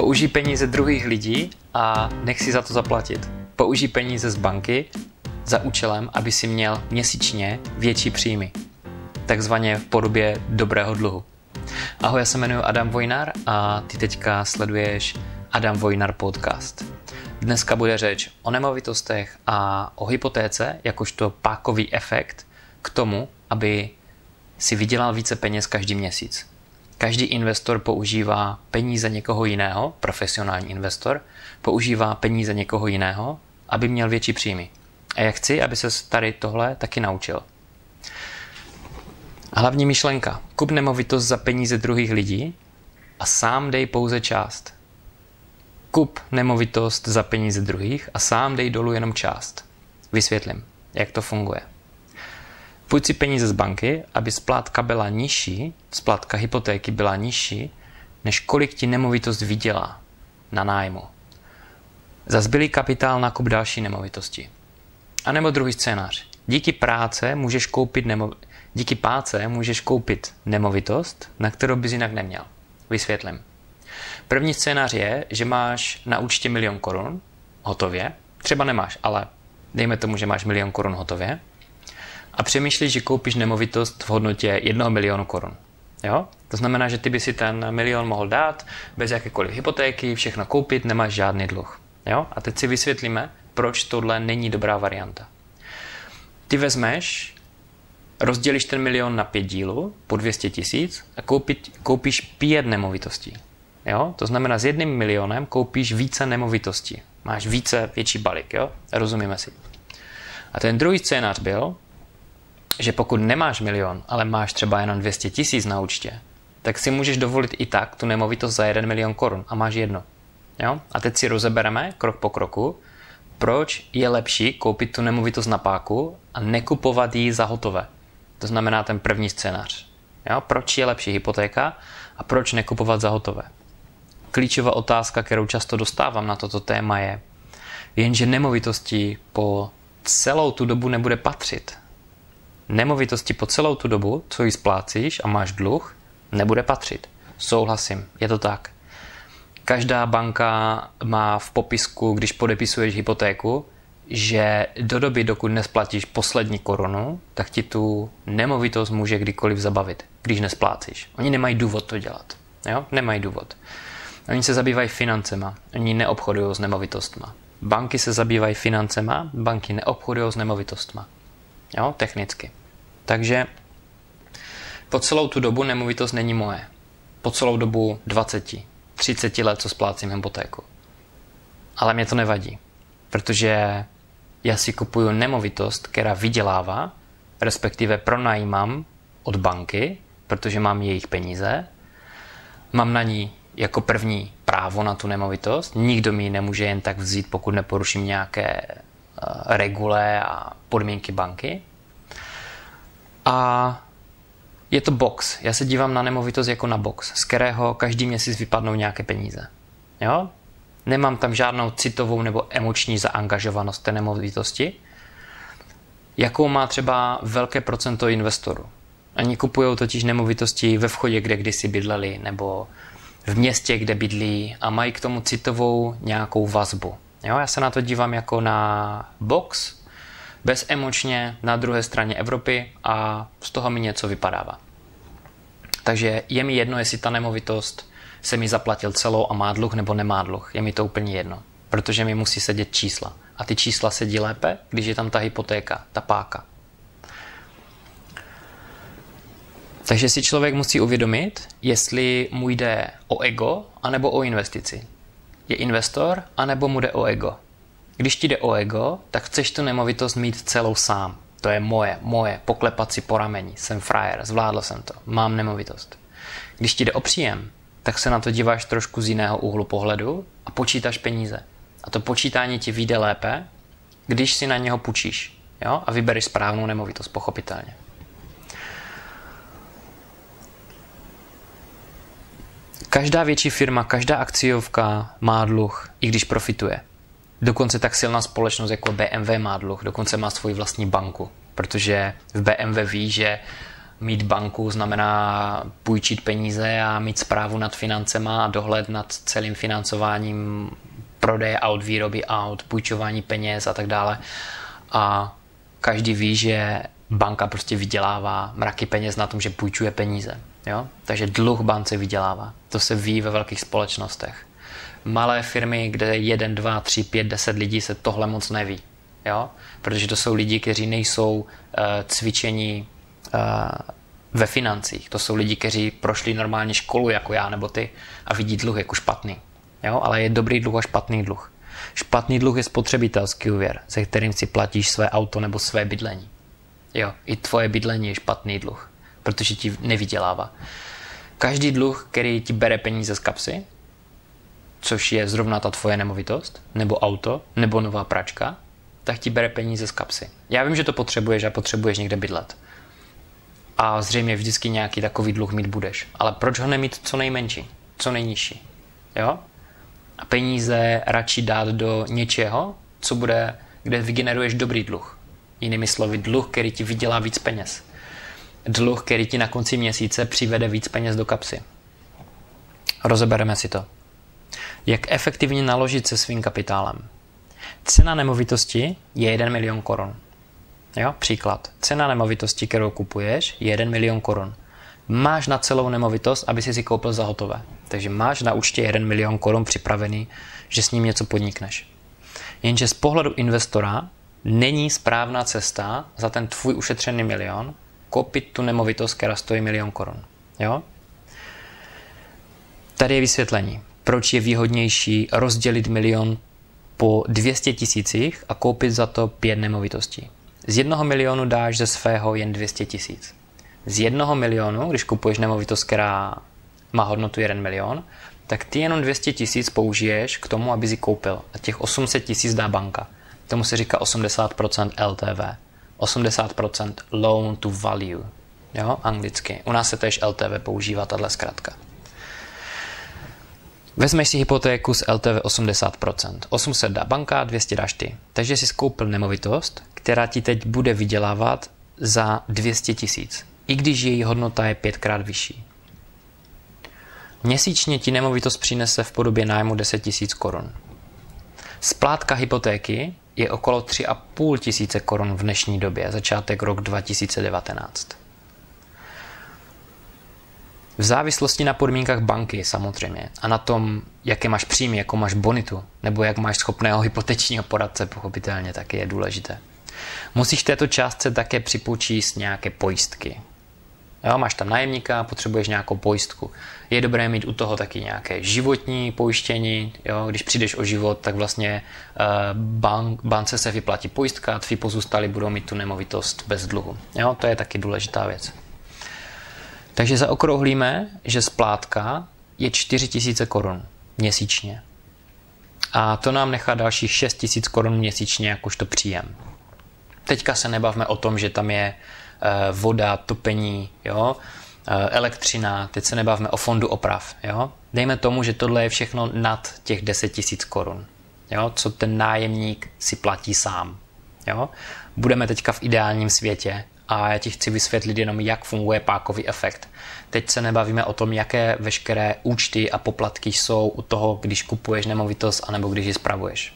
Použij peníze druhých lidí a nech si za to zaplatit. Použij peníze z banky za účelem, aby si měl měsíčně větší příjmy. Takzvaně v podobě dobrého dluhu. Ahoj, já se jmenuji Adam Vojnar a ty teďka sleduješ Adam Vojnar podcast. Dneska bude řeč o nemovitostech a o hypotéce, jakožto pákový efekt k tomu, aby si vydělal více peněz každý měsíc. Každý investor používá peníze někoho jiného, profesionální investor, používá peníze někoho jiného, aby měl větší příjmy. A já chci, aby se tady tohle taky naučil. Hlavní myšlenka. Kup nemovitost za peníze druhých lidí a sám dej pouze část. Kup nemovitost za peníze druhých a sám dej dolů jenom část. Vysvětlím, jak to funguje. Půjď si peníze z banky, aby splátka byla nižší, splátka hypotéky byla nižší, než kolik ti nemovitost vydělá na nájmu. Za zbylý kapitál nakup další nemovitosti. A nebo druhý scénář. Díky páce můžeš koupit nemovitost, na kterou bys jinak neměl. Vysvětlím. První scénář je, že máš na účtě 1 000 000 korun hotově. Třeba nemáš, ale dejme tomu, že máš 1 000 000 korun hotově. A přemýšlíš, že koupíš nemovitost v hodnotě 1 000 000 korun. Jo? To znamená, že ty by si ten 1 000 000 mohl dát bez jakékoliv hypotéky, všechno koupit, nemáš žádný dluh. Jo? A teď si vysvětlíme, proč tohle není dobrá varianta. Ty vezmeš, rozdělíš ten 1 000 000 na 5 dílů po 200 000 a koupíš 5 nemovitostí. Jo? To znamená, s 1 000 000 koupíš více nemovitostí. Máš větší balík. Jo? Rozumíme si. A ten druhý scénář byl, že pokud nemáš 1 000 000, ale máš třeba jenom 200 000 na účtě, tak si můžeš dovolit i tak tu nemovitost za 1 000 000 korun a máš jedno. Jo? A teď si rozebereme krok po kroku, proč je lepší koupit tu nemovitost na páku a nekupovat ji za hotové. To znamená ten první scénář. Jo? Proč je lepší hypotéka a proč nekupovat za hotové. Klíčová otázka, kterou často dostávám na toto téma je, jenže nemovitosti po celou tu dobu nebude patřit. Nemovitosti po celou tu dobu, co ji splácíš a máš dluh, nebude patřit. Souhlasím, je to tak. Každá banka má v popisku, když podepisuješ hypotéku, že do doby, dokud nesplatíš poslední korunu, tak ti tu nemovitost může kdykoliv zabavit, když nesplácíš. Oni nemají důvod to dělat. Jo? Nemají důvod. Oni se zabývají financema, oni neobchodují s nemovitostma. Banky se zabývají financema, banky neobchodují s nemovitostma. Jo, technicky. Takže po celou tu dobu nemovitost není moje. Po celou dobu 20, 30 let, co splácím hypotéku. Ale mě to nevadí, protože já si kupuju nemovitost, která vydělává, respektive pronajímám od banky, protože mám jejich peníze. Mám na ní jako první právo na tu nemovitost. Nikdo mi ji nemůže jen tak vzít, pokud neporuším nějaké regule a podmínky banky. A je to box. Já se dívám na nemovitost jako na box, z kterého každý měsíc vypadnou nějaké peníze. Jo? Nemám tam žádnou citovou nebo emoční zaangažovanost té nemovitosti, jakou má třeba velké procento investorů. Oni kupují totiž nemovitosti ve vchodě, kde kdysi bydleli, nebo v městě, kde bydlí a mají k tomu citovou nějakou vazbu. Jo, já se na to dívám jako na box, bezemočně na druhé straně Evropy a z toho mi něco vypadává. Takže je mi jedno, jestli ta nemovitost se mi zaplatil celou a má dluh nebo nemá dluh. Je mi to úplně jedno, protože mi musí sedět čísla. A ty čísla sedí lépe, když je tam ta hypotéka, ta páka. Takže si člověk musí uvědomit, jestli mu jde o ego, anebo o investici. Je investor, anebo mu jde o ego. Když ti jde o ego, tak chceš tu nemovitost mít celou sám. To je moje, poklepat si po rameni. Jsem frajer, zvládl jsem to, mám nemovitost. Když ti jde o příjem, tak se na to díváš trošku z jiného úhlu pohledu a počítáš peníze. A to počítání ti vyjde lépe, když si na něho půjčíš, jo? A vybereš správnou nemovitost, pochopitelně. Každá větší firma, každá akciovka má dluh, i když profituje. Dokonce tak silná společnost jako BMW má dluh, dokonce má svoji vlastní banku, protože v BMW ví, že Mít banku znamená půjčit peníze a mít správu nad financema a dohled nad celým financováním prodeje aut, výroby aut, půjčování peněz a tak dále. A každý ví, že banka prostě vydělává mraky peněz na tom, že půjčuje peníze. Jo? Takže dluh bance vydělává. To se ví ve velkých společnostech. Malé firmy, kde 1, 2, 3, 5, 10 lidí se tohle moc neví. Jo? Protože to jsou lidi, kteří nejsou cvičení ve financích. To jsou lidi, kteří prošli normálně školu jako já nebo ty a vidí dluh jako špatný. Jo? Ale je dobrý dluh a špatný dluh. Špatný dluh je spotřebitelský úvěr, se kterým si platíš své auto nebo své bydlení. Jo, i tvoje bydlení je špatný dluh, protože ti nevydělává. Každý dluh, který ti bere peníze z kapsy, což je zrovna ta tvoje nemovitost, nebo auto, nebo nová pračka, tak ti bere peníze z kapsy. Já vím, že to potřebuješ a potřebuješ někde bydlet. A zřejmě vždycky nějaký takový dluh mít budeš. Ale proč ho nemít co nejmenší, co nejnižší? Jo? A peníze radši dát do něčeho, kde vygeneruješ dobrý dluh. Jinými slovy, dluh, který ti vydělá víc peněz. Dluh, který ti na konci měsíce přivede víc peněz do kapsy. Rozebereme si to. Jak efektivně naložit se svým kapitálem. Cena nemovitosti je 1 milion korun. Jo? Příklad. Cena nemovitosti, kterou kupuješ, je 1 milion korun. Máš na celou nemovitost, aby si koupil za hotové. Takže máš na účtě 1 milion korun připravený, že s ním něco podnikneš. Jenže z pohledu investora není správná cesta za ten tvůj ušetřený milion koupit tu nemovitost, která stojí 1 milion korun. Jo? Tady je vysvětlení, proč je výhodnější rozdělit milion po 200 tisících a koupit za to 5 nemovitostí. Z 1 milionu dáš ze svého jen 200 tisíc. Z 1 milionu, když kupuješ nemovitost, která má hodnotu 1 milion, tak ty jenom 200 tisíc použiješ k tomu, aby si koupil. A těch 800 tisíc dá banka. Tomu se říká 80% LTV. 80% loan to value. Jo, anglicky. U nás se též LTV používá tato zkratka. Vezmeš si hypotéku s LTV 80%. 800 dá banka, 200 dáš ty. Takže jsi koupil nemovitost, která ti teď bude vydělávat za 200 tisíc. I když její hodnota je 5krát vyšší. Měsíčně ti nemovitost přinese v podobě nájmu 10 tisíc korun. Splátka hypotéky je okolo 3,5 tisíce korun v dnešní době, začátek rok 2019. V závislosti na podmínkách banky samozřejmě a na tom, jaké máš příjmy, jakou máš bonitu, nebo jak máš schopného hypotečního poradce, pochopitelně taky je důležité. Musíš této částce také připočíst nějaké pojistky. Jo, máš tam nájemníka, potřebuješ nějakou pojistku. Je dobré mít u toho taky nějaké životní pojištění. Jo? Když přijdeš o život, tak vlastně bance se vyplatí pojistka a tví pozůstalí budou mít tu nemovitost bez dluhu. Jo? To je taky důležitá věc. Takže zaokrouhlíme, že splátka je 4 000 korun měsíčně. A to nám nechá dalších 6 000 korun měsíčně jakožto příjem. Teďka se nebavme o tom, že tam je voda, topení, jo? Elektřina, teď se nebavme o fondu oprav. Jo? Dejme tomu, že tohle je všechno nad těch 10 000 korun, jo? Co ten nájemník si platí sám. Jo? Budeme teďka v ideálním světě a já ti chci vysvětlit jenom, jak funguje pákový efekt. Teď se nebavíme o tom, jaké veškeré účty a poplatky jsou u toho, když kupuješ nemovitost anebo když ji spravuješ.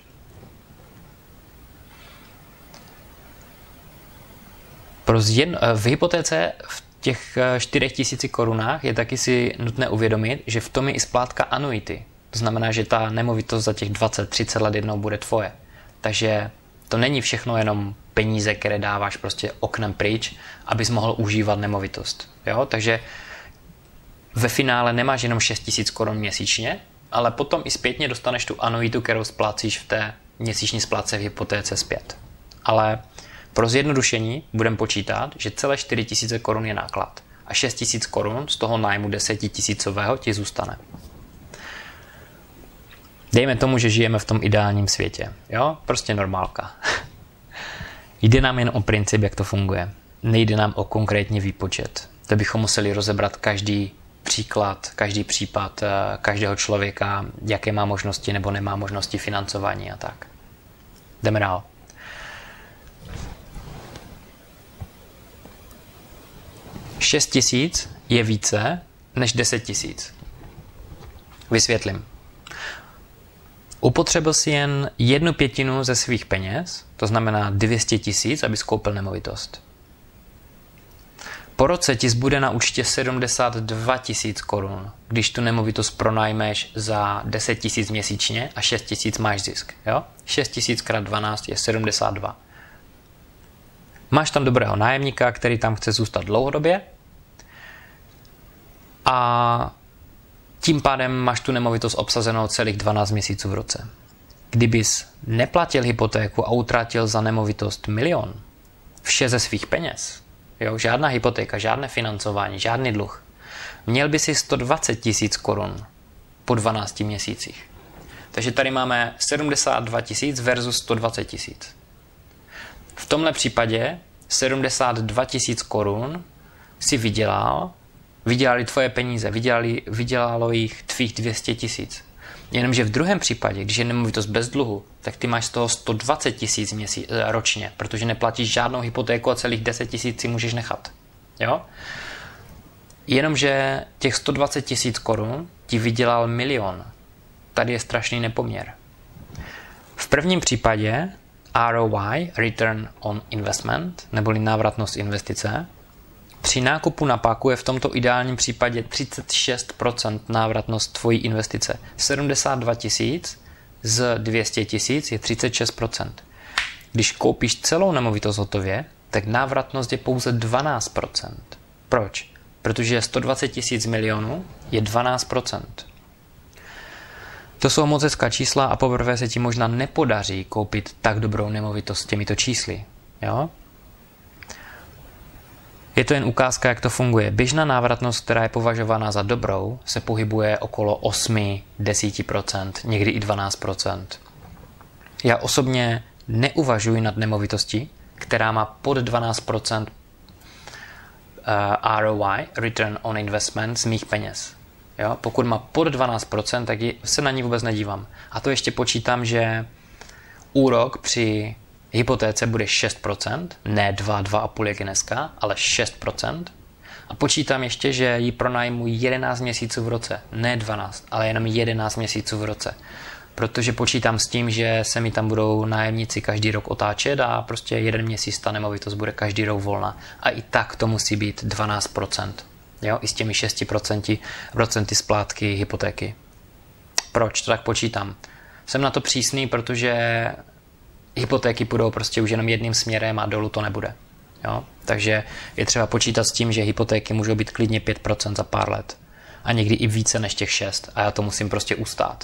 V hypotéce v těch 4 000 korunách je taky si nutné uvědomit, že v tom je i splátka anuity. To znamená, že ta nemovitost za těch 20-30 let jednou bude tvoje. Takže to není všechno jenom peníze, které dáváš prostě oknem pryč, abys mohl užívat nemovitost. Jo? Takže ve finále nemáš jenom 6 000 korun měsíčně, ale potom i zpětně dostaneš tu anuitu, kterou splácíš v té měsíční splátce v hypotéce zpět. Ale pro zjednodušení budeme počítat, že celé 4 000 korun je náklad a 6 000 korun z toho nájmu 10 tisícového ti zůstane. Dejme tomu, že žijeme v tom ideálním světě. Jo? Prostě normálka. Jde nám jen o princip, jak to funguje. Nejde nám o konkrétní výpočet. To bychom museli rozebrat každý příklad, každý případ každého člověka, jaké má možnosti nebo nemá možnosti financování a tak. Jdeme dál. 6 000 je více než 10 000. Vysvětlím. Upotřebil si jen 1/5 ze svých peněz, to znamená 200 000, abys koupil nemovitost. Po roce ti zbude na účtě 72 000 korun, když tu nemovitost pronajmeš za 10 000 měsíčně a 6 000 máš zisk. Jo? 6 000 x 12 je 72. Máš tam dobrého nájemníka, který tam chce zůstat dlouhodobě a tím pádem máš tu nemovitost obsazenou celých 12 měsíců v roce. Kdybys neplatil hypotéku a utratil za nemovitost 1 000 000, vše ze svých peněz, jo, žádná hypotéka, žádné financování, žádný dluh, měl by si 120 000 korun po 12 měsících. Takže tady máme 72 000 versus 120 000. V tomhle případě 72 000 korun si vydělali tvoje peníze, vydělalo jich tvých 200 000. Jenomže v druhém případě, když je nemovitost bez dluhu, tak ty máš z toho 120 000 ročně, protože neplatíš žádnou hypotéku a celých 10 000 si můžeš nechat. Jo? Jenomže těch 120 000 korun ti vydělal 1 000 000. Tady je strašný nepoměr. V prvním případě ROI, Return on Investment, neboli návratnost investice, při nákupu na páku je v tomto ideálním případě 36% návratnost tvojí investice. 72 000 z 200 000 je 36%. Když koupíš celou nemovitost hotově, tak návratnost je pouze 12%. Proč? Protože 120 000 milionů je 12%. To jsou moc hezká čísla a poprvé se ti možná nepodaří koupit tak dobrou nemovitost s těmito čísly. Jo? Je to jen ukázka, jak to funguje. Běžná návratnost, která je považována za dobrou, se pohybuje okolo 8-10%, někdy i 12%. Já osobně neuvažuji nad nemovitostí, která má pod 12% ROI, Return on Investment, z mých peněz. Jo? Pokud má pod 12%, tak se na ní vůbec nedívám. A to ještě počítám, že úrok při hypotéce bude 6%, ne 2,5 jak je dneska, ale 6%. A počítám ještě, že ji pronajmu 11 měsíců v roce, ne 12, ale jenom 11 měsíců v roce. Protože počítám s tím, že se mi tam budou nájemníci každý rok otáčet a prostě 1 měsíc ta nemovitost bude každý rok volná. A i tak to musí být 12%. Jo? I s těmi 6% splátky hypotéky. Proč to tak počítám? Jsem na to přísný, protože hypotéky půjdou prostě už jenom jedním směrem a dolů to nebude. Jo? Takže je třeba počítat s tím, že hypotéky můžou být klidně 5% za pár let. A někdy i více než těch 6. A já to musím prostě ustát.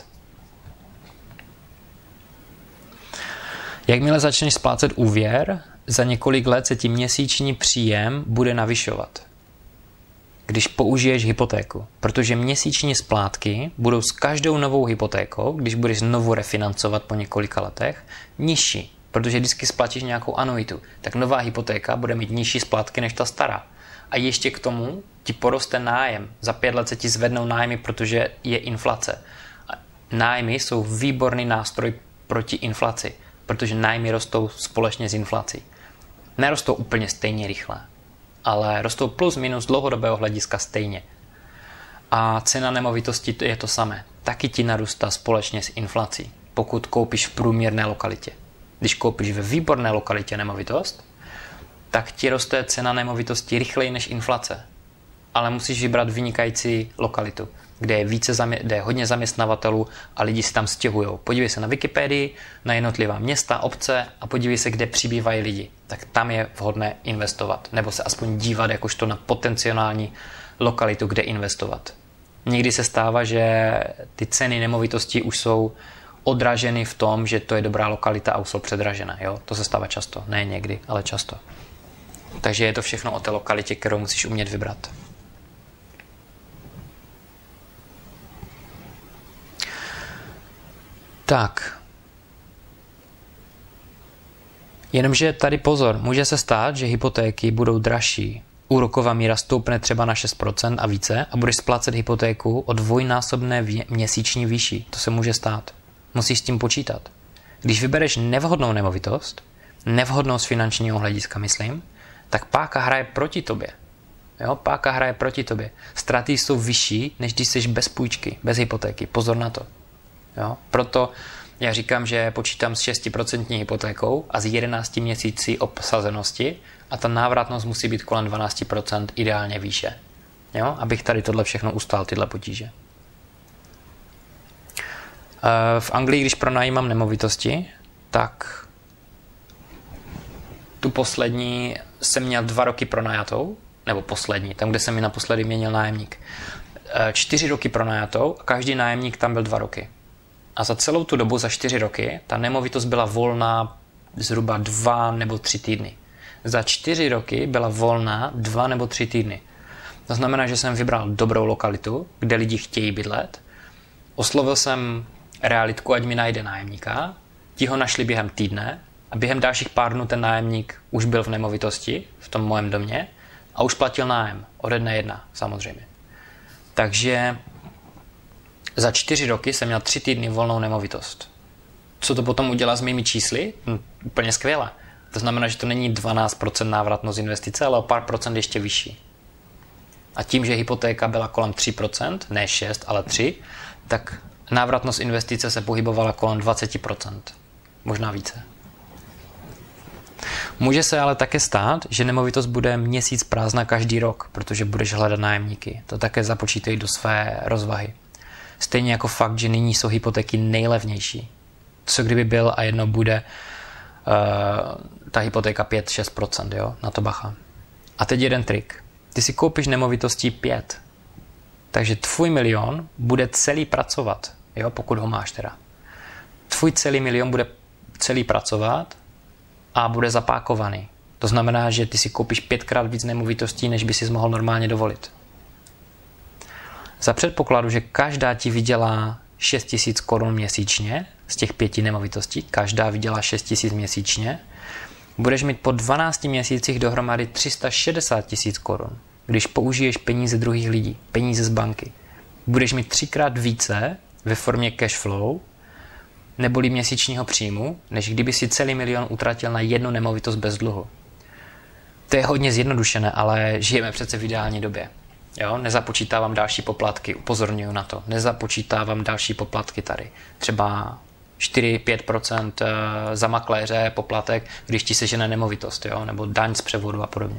Jakmile začneš splácet úvěr, za několik let se ti měsíční příjem bude navyšovat. Když použiješ hypotéku. Protože měsíční splátky budou s každou novou hypotékou, když budeš znovu refinancovat po několika letech, nižší. Protože vždycky splatíš nějakou anuitu, tak nová hypotéka bude mít nižší splátky než ta stará. A ještě k tomu ti poroste nájem. Za 5 let se ti zvednou nájmy, protože je inflace. A nájmy jsou výborný nástroj proti inflaci, protože nájmy rostou společně s inflací. Nerostou úplně stejně rychle, ale rostou plus minus dlouhodobého hlediska stejně. A cena nemovitosti je to samé. Taky ti narůstá společně s inflací, pokud koupíš v průměrné lokalitě. Když koupíš ve výborné lokalitě nemovitost, tak ti roste cena nemovitosti rychleji než inflace. Ale musíš vybrat vynikající lokalitu, kde je hodně zaměstnavatelů a lidi si tam stěhují. Podívej se na Wikipedii, na jednotlivá města, obce a podívej se, kde přibývají lidi. Tak tam je vhodné investovat, nebo se aspoň dívat jakožto na potenciální lokalitu, kde investovat. Někdy se stává, že ty ceny nemovitostí už jsou odraženy v tom, že to je dobrá lokalita a už jsou předražené. Jo? To se stává často. Ne někdy, ale často. Takže je to všechno o té lokalitě, kterou musíš umět vybrat. Tak. Jenomže tady pozor, může se stát, že hypotéky budou dražší. Úroková míra stoupne třeba na 6% a více a budeš splácet hypotéku o dvojnásobné měsíční výši. To se může stát. Musíš s tím počítat. Když vybereš nevhodnou nemovitost, nevhodnou z finančního hlediska, myslím, tak páka hraje proti tobě. Jo? Páka hraje proti tobě. Ztráty jsou vyšší, než když jsi bez půjčky, bez hypotéky. Pozor na to. Jo? Proto já říkám, že počítám s 6% hypotékou a z 11 měsíci obsazenosti a ta návratnost musí být kolem 12%, ideálně výše. Jo? Abych tady tohle všechno ustál, tyhle potíže. V Anglii, když pronajímám nemovitosti, tak tu poslední jsem měl 2 roky pronajatou, nebo poslední, tam, kde jsem mi naposledy měnil nájemník. 4 roky pronajatou a každý nájemník tam byl 2 roky. A za celou tu dobu, za 4 roky, ta nemovitost byla volná zhruba 2 nebo 3 týdny. Za 4 roky byla volná 2 nebo 3 týdny. To znamená, že jsem vybral dobrou lokalitu, kde lidi chtějí bydlet. Oslovil jsem realitku, ať mi najde nájemníka. Ti ho našli během týdne a během dalších pár dnů ten nájemník už byl v nemovitosti, v tom mojem domě a už platil nájem. Ode dne 1, samozřejmě. Takže za 4 roky jsem měl 3 týdny volnou nemovitost. Co to potom udělá s mými čísly? Úplně skvěle. To znamená, že to není 12% návratnost investice, ale o pár procent ještě vyšší. A tím, že hypotéka byla kolem 3%, ne 6, ale 3, tak návratnost investice se pohybovala kolem 20%. Možná více. Může se ale také stát, že nemovitost bude měsíc prázdná každý rok, protože budeš hledat nájemníky. To také započítej do své rozvahy. Stejně jako fakt, že nyní jsou hypotéky nejlevnější. Co kdyby byl a jedno bude ta hypotéka 5-6%, jo? Na to bacha. A teď jeden trik. Ty si koupíš nemovitostí 5. Takže tvůj milion bude celý pracovat, jo? Pokud ho máš teda. Tvůj celý milion bude celý pracovat a bude zapákovaný. To znamená, že ty si koupíš 5krát víc nemovitostí, než by si mohl normálně dovolit. Za předpokladu, že každá ti vydělá 6 000 korun měsíčně, z těch 5 nemovitostí, každá vydělá 6 000 měsíčně, budeš mít po 12 měsících dohromady 360 000 korun, když použiješ peníze druhých lidí, peníze z banky. Budeš mít 3krát více ve formě cash flow, neboli měsíčního příjmu, než kdyby si celý milion utratil na jednu nemovitost bez dluhu. To je hodně zjednodušené, ale žijeme přece v ideální době. Jo? Nezapočítávám další poplatky, upozorňuji na to. Nezapočítávám další poplatky tady. Třeba 4-5% za makléře poplatek, když ti sežene nemovitost, jo? Nebo daň z převodu a podobně.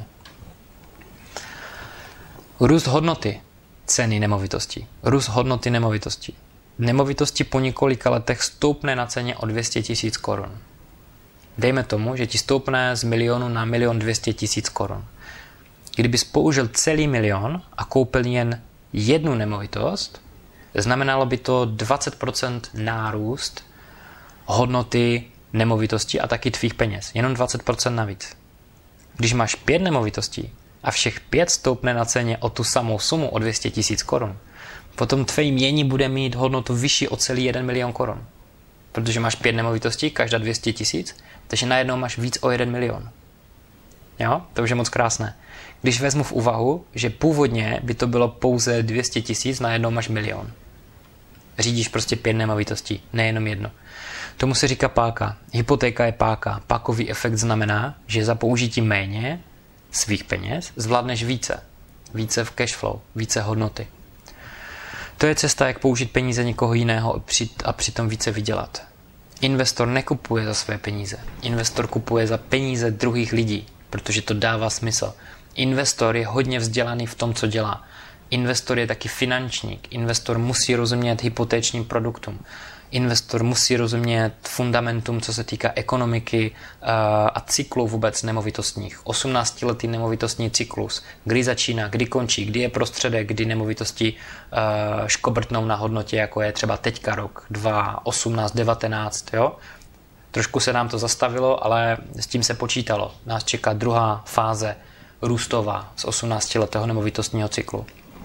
Růst hodnoty ceny nemovitostí. Růst hodnoty nemovitostí. Nemovitosti po několika letech stoupne na ceně o 200 000 korun. Dejme tomu, že ti stoupne z milionu na 1 200 000 korun. Kdybys použil celý milion a koupil jen jednu nemovitost, znamenalo by to 20% nárůst hodnoty nemovitosti a taky tvých peněz. Jenom 20% navíc. Když máš 5 nemovitostí a všech 5 stoupne na ceně o tu samou sumu o 200 000 korun, potom tvé jmění bude mít hodnotu vyšší o celý 1 milion korun. Protože máš 5 nemovitostí, každá 200 000, takže najednou máš víc o 1 milion. Jo? To už je moc krásné. Když vezmu v úvahu, že původně by to bylo pouze 200 000, najednou máš milion. Řídíš prostě 5 nemovitostí, nejenom jedno. Tomu se říká páka. Hypotéka je páka. Pákový efekt znamená, že za použití méně svých peněz zvládneš více. Více v cash flow, více hodnoty. To je cesta, jak použít peníze někoho jiného a přitom více vydělat. Investor nekupuje za své peníze. Investor kupuje za peníze druhých lidí, protože to dává smysl. Investor je hodně vzdělaný v tom, co dělá. Investor je taky finančník. Investor musí rozumět hypotéčním produktům. Investor musí rozumět fundamentům, co se týká ekonomiky a cyklu vůbec nemovitostních. 18letý nemovitostní cyklus. Kdy začíná, kdy končí, kdy je prostředek, kdy nemovitosti škobrtnou na hodnotě, jako je třeba teďka rok 2018, 19. Jo? Trošku se nám to zastavilo, ale s tím se počítalo. Nás čeká druhá fáze růstová z 18letého nemovitostního cyklu.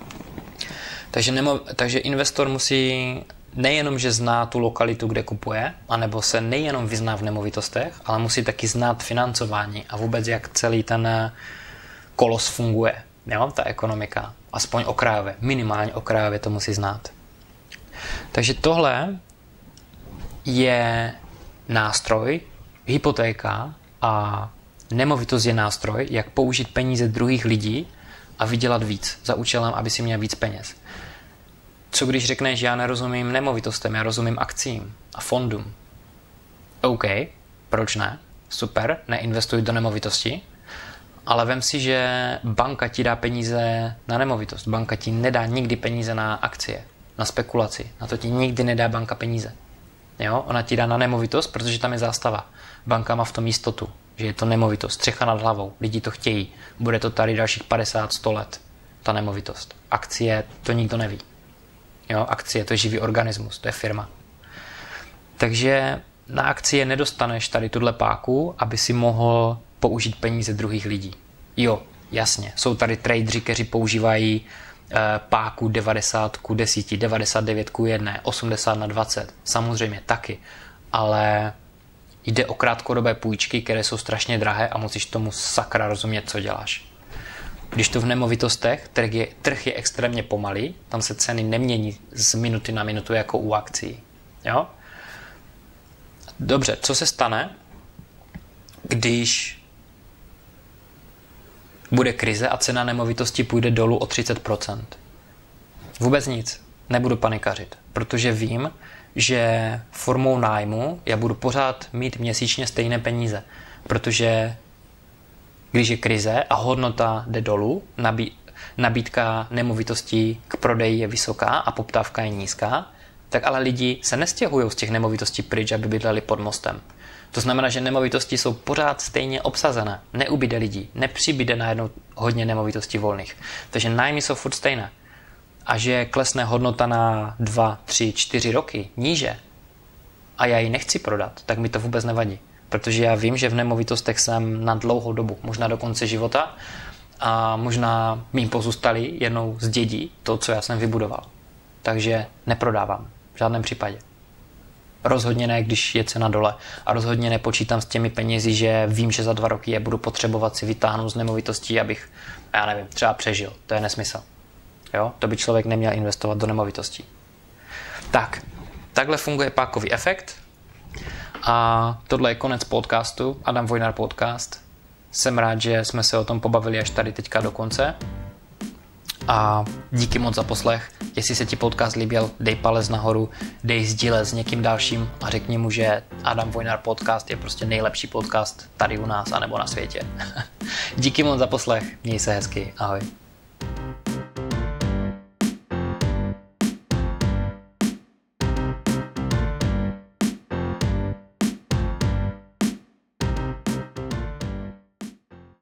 Takže investor musí nejenom, že zná tu lokalitu, kde kupuje, anebo se nejenom vyzná v nemovitostech, ale musí taky znát financování a vůbec, jak celý ten kolos funguje, jo? Ta ekonomika. Aspoň okrajově, minimálně okrajově to musí znát. Takže tohle je nástroj, hypotéka a nemovitost je nástroj, jak použít peníze druhých lidí a vydělat víc za účelem, aby si měl víc peněz. Co když řekneš, já nerozumím nemovitostem, já rozumím akcím a fondům? OK, proč ne? Super, neinvestuj do nemovitosti, ale vem si, že banka ti dá peníze na nemovitost. Banka ti nedá nikdy peníze na akcie, na spekulaci. Na to ti nikdy nedá banka peníze. Jo? Ona ti dá na nemovitost, protože tam je zástava. Banka má v tom jistotu, že je to nemovitost, střecha nad hlavou. Lidi to chtějí. Bude to tady dalších 50-100 let, ta nemovitost. Akcie, to nikdo neví. Jo? Akcie, to je živý organismus, to je firma. Takže na akcie nedostaneš tady tuhle páku, aby si mohl použít peníze druhých lidí. Jo, jasně, jsou tady tradeři, kteří používají páku 90:10, 99:1, 80/20, samozřejmě taky, ale jde o krátkodobé půjčky, které jsou strašně drahé a musíš tomu sakra rozumět, co děláš. Když to v nemovitostech, trh je extrémně pomalý, tam se ceny nemění z minuty na minutu jako u akcií. Jo? Dobře, co se stane, když bude krize a cena nemovitosti půjde dolů o 30%? Vůbec nic. Nebudu panikařit, protože vím, že formou nájmu já budu pořád mít měsíčně stejné peníze, protože když je krize a hodnota jde dolů, nabídka nemovitostí k prodeji je vysoká a poptávka je nízká, tak ale lidi se nestěhují z těch nemovitostí pryč, aby bydleli pod mostem. To znamená, že nemovitosti jsou pořád stejně obsazené. Neubyde lidí, nepřibyde najednou hodně nemovitostí volných. Takže nájmy jsou furt stejné. A že klesne hodnota na 2, 3, 4 roky níže a já ji nechci prodat, tak mi to vůbec nevadí. Protože já vím, že v nemovitostech jsem na dlouhou dobu, možná do konce života a možná mým pozůstali jednou z dědí to, co já jsem vybudoval. Takže neprodávám v žádném případě. Rozhodně ne, když je cena dole. A rozhodně nepočítám s těmi penězi, že vím, že za 2 roky je budu potřebovat si vytáhnout z nemovitostí, abych, já nevím, třeba přežil. To je nesmysl. Jo? To by člověk neměl investovat do nemovitostí. Tak, takhle funguje pákový efekt. A tohle je konec podcastu, Adam Vojnar Podcast. Jsem rád, že jsme se o tom pobavili až tady teďka do konce. A díky moc za poslech. Jestli se ti podcast líbil, dej palec nahoru, dej sdílet s někým dalším a řekni mu, že Adam Vojnar Podcast je prostě nejlepší podcast tady u nás anebo na světě. Díky moc za poslech, měj se hezky, ahoj.